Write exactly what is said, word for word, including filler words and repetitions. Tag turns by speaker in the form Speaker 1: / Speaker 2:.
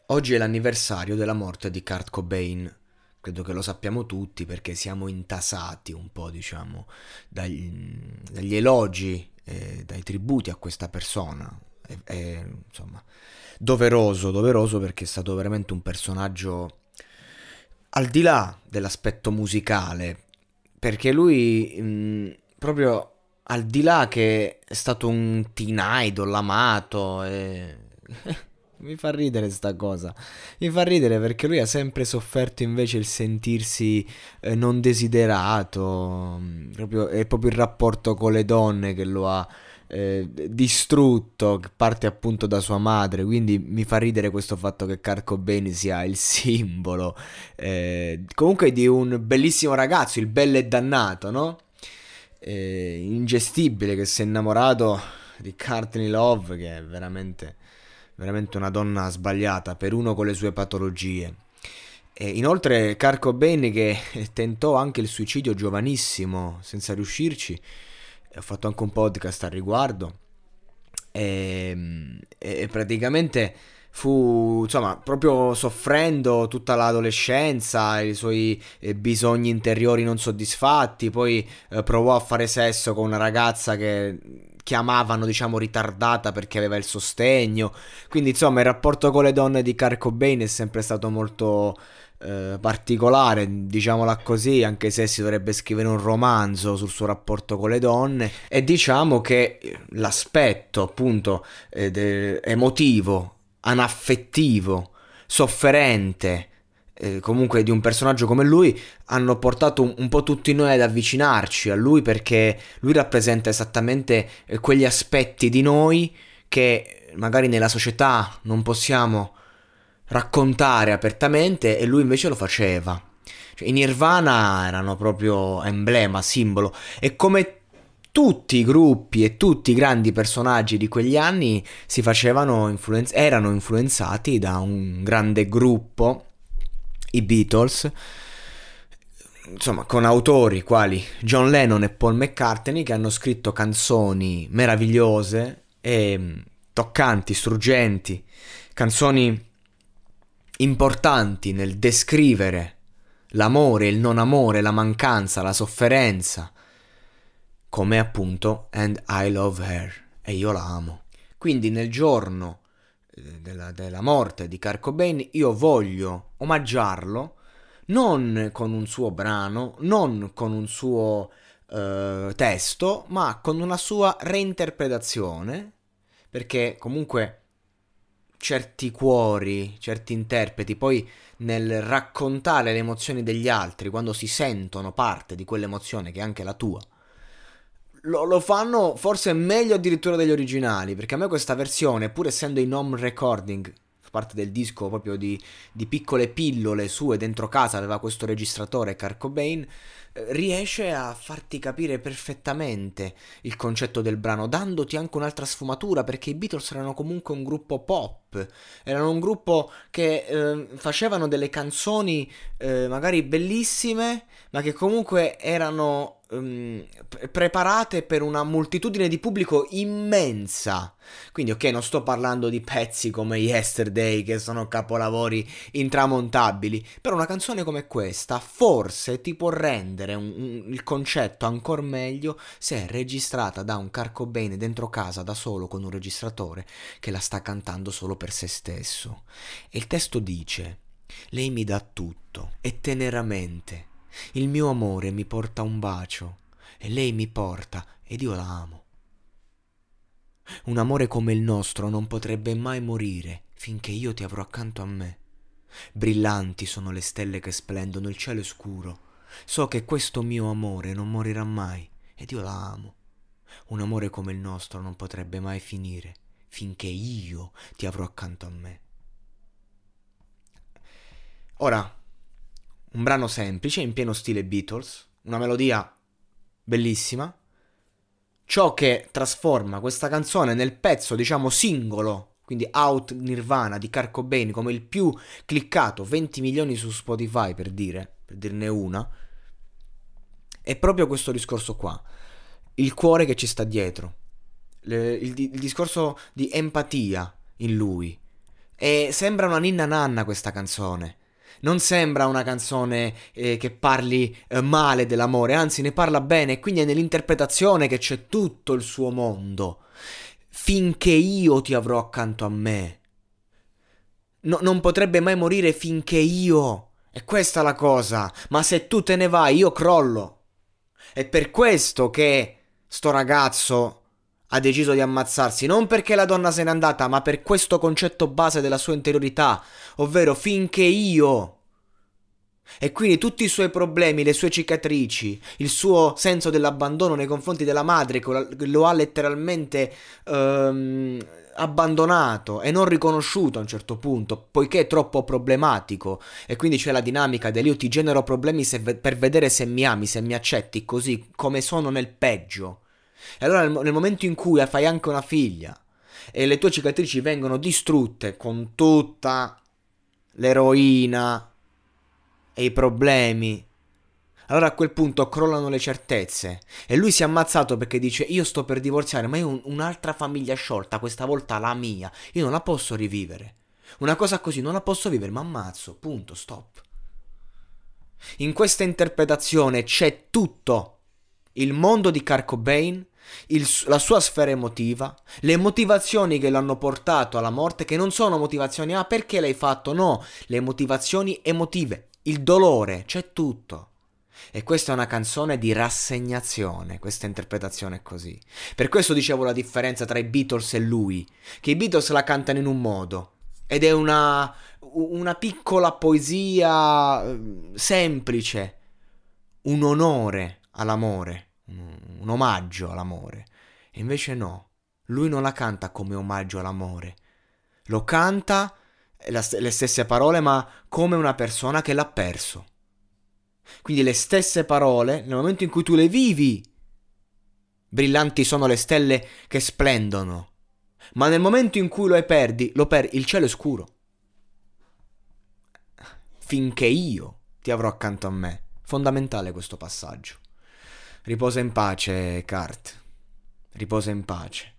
Speaker 1: Oggi è l'anniversario della morte di Kurt Cobain. Credo che lo sappiamo tutti perché siamo intasati un po', diciamo, dagli, dagli elogi e dai tributi a questa persona. E, e, insomma, doveroso, doveroso perché è stato veramente un personaggio al di là dell'aspetto musicale, perché lui, mh, proprio al di là che è stato un teen idol amato, e... mi fa ridere sta cosa. Mi fa ridere perché lui ha sempre sofferto invece il sentirsi eh, non desiderato. mh, Proprio, è proprio il rapporto con le donne che lo ha eh, distrutto, che parte appunto da sua madre. Quindi mi fa ridere questo fatto che Kurt Cobain sia il simbolo eh, comunque di un bellissimo ragazzo, il bello e dannato, no? Eh, ingestibile, che si è innamorato di Courtney Love, che è veramente, veramente una donna sbagliata per uno con le sue patologie. E inoltre Kurt Cobain che tentò anche il suicidio giovanissimo senza riuscirci. Ho fatto anche un podcast al riguardo. E, e praticamente fu, insomma, proprio soffrendo tutta l'adolescenza, i suoi eh, bisogni interiori non soddisfatti. Poi eh, provò a fare sesso con una ragazza che chiamavano, diciamo, ritardata perché aveva il sostegno. Quindi, insomma, il rapporto con le donne di Kurt Cobain è sempre stato molto eh, particolare, diciamola così, anche se si dovrebbe scrivere un romanzo sul suo rapporto con le donne. E diciamo che l'aspetto appunto eh, de- emotivo, anaffettivo, sofferente, eh, comunque di un personaggio come lui, hanno portato un, un po' tutti noi ad avvicinarci a lui, perché lui rappresenta esattamente eh, quegli aspetti di noi che magari nella società non possiamo raccontare apertamente, e lui invece lo faceva. Cioè, i Nirvana erano proprio emblema, simbolo, e come tutti i gruppi e tutti i grandi personaggi di quegli anni si facevano influenz- erano influenzati da un grande gruppo, i Beatles, insomma, con autori quali John Lennon e Paul McCartney, che hanno scritto canzoni meravigliose e mh, toccanti, struggenti, canzoni importanti nel descrivere l'amore, il non amore, la mancanza, la sofferenza, come appunto And I Love Her, e io la amo. Quindi nel giorno eh, della, della morte di Kurt Cobain io voglio omaggiarlo non con un suo brano, non con un suo eh, testo, ma con una sua reinterpretazione, perché comunque certi cuori, certi interpreti, poi nel raccontare le emozioni degli altri, quando si sentono parte di quell'emozione che è anche la tua, lo, lo fanno forse meglio addirittura degli originali, perché a me questa versione, pur essendo in home recording, fa parte del disco proprio di, di piccole pillole sue dentro casa, aveva questo registratore Kurt Cobain, eh, riesce a farti capire perfettamente il concetto del brano, dandoti anche un'altra sfumatura, perché i Beatles erano comunque un gruppo pop, erano un gruppo che eh, facevano delle canzoni eh, magari bellissime, ma che comunque erano ehm, pre- preparate per una moltitudine di pubblico immensa. Quindi, ok, non sto parlando di pezzi come Yesterday, che sono capolavori intramontabili, però una canzone come questa forse ti può rendere un- un- il concetto ancora meglio se è registrata da un Kurt Cobain dentro casa da solo con un registratore che la sta cantando solo per se stesso. E il testo dice: lei mi dà tutto, e teneramente. Il mio amore mi porta un bacio, e lei mi porta, ed io la amo. Un amore come il nostro non potrebbe mai morire finché io ti avrò accanto a me. Brillanti sono le stelle che splendono, il cielo è scuro. So che questo mio amore non morirà mai, ed io la amo. Un amore come il nostro non potrebbe mai finire finché io ti avrò accanto a me. Ora, un brano semplice, in pieno stile Beatles, una melodia bellissima. Ciò che trasforma questa canzone nel pezzo, diciamo, singolo, quindi Out Nirvana di Kurt Cobain, come il più cliccato, venti milioni su Spotify per dire, per dirne una, è proprio questo discorso qua. Il cuore che ci sta dietro, Le- il, di- il discorso di empatia in lui, E sembra una ninna nanna questa canzone. Non sembra una canzone eh, che parli eh, male dell'amore, anzi ne parla bene, e quindi è nell'interpretazione che c'è tutto il suo mondo. Finché io ti avrò accanto a me. No, non potrebbe mai morire finché io. È questa la cosa. Ma se tu te ne vai, io crollo. È per questo che sto ragazzo ha deciso di ammazzarsi, non perché la donna se n'è andata, ma per questo concetto base della sua interiorità, ovvero finché io. E quindi tutti i suoi problemi, le sue cicatrici, il suo senso dell'abbandono nei confronti della madre che lo ha letteralmente ehm, abbandonato e non riconosciuto a un certo punto, poiché è troppo problematico. E quindi c'è la dinamica del io ti genero problemi se, per vedere se mi ami, se mi accetti così come sono nel peggio. E allora nel, nel momento in cui fai anche una figlia e le tue cicatrici vengono distrutte con tutta l'eroina e i problemi, allora a quel punto crollano le certezze e lui si è ammazzato perché dice io sto per divorziare, ma io ho un, un'altra famiglia sciolta, questa volta la mia, io non la posso rivivere. Una cosa così non la posso vivere, ma ammazzo, punto, stop. In questa interpretazione c'è tutto il mondo di Kurt Cobain, il, la sua sfera emotiva, le motivazioni che l'hanno portato alla morte, che non sono motivazioni, ah perché l'hai fatto, no, le motivazioni emotive, il dolore, c'è tutto. E questa è una canzone di rassegnazione, questa interpretazione è così. Per questo dicevo la differenza tra i Beatles e lui, che i Beatles la cantano in un modo, ed è una, una piccola poesia semplice, un onore all'amore, un omaggio all'amore. E invece no, lui non la canta come omaggio all'amore, lo canta la, le stesse parole ma come una persona che l'ha perso. Quindi le stesse parole, nel momento in cui tu le vivi, brillanti sono le stelle che splendono, ma nel momento in cui lo perdi, lo perdi, il cielo è scuro. Finché io ti avrò accanto a me. Fondamentale questo passaggio. Riposa in pace, Kurt. Riposa in pace.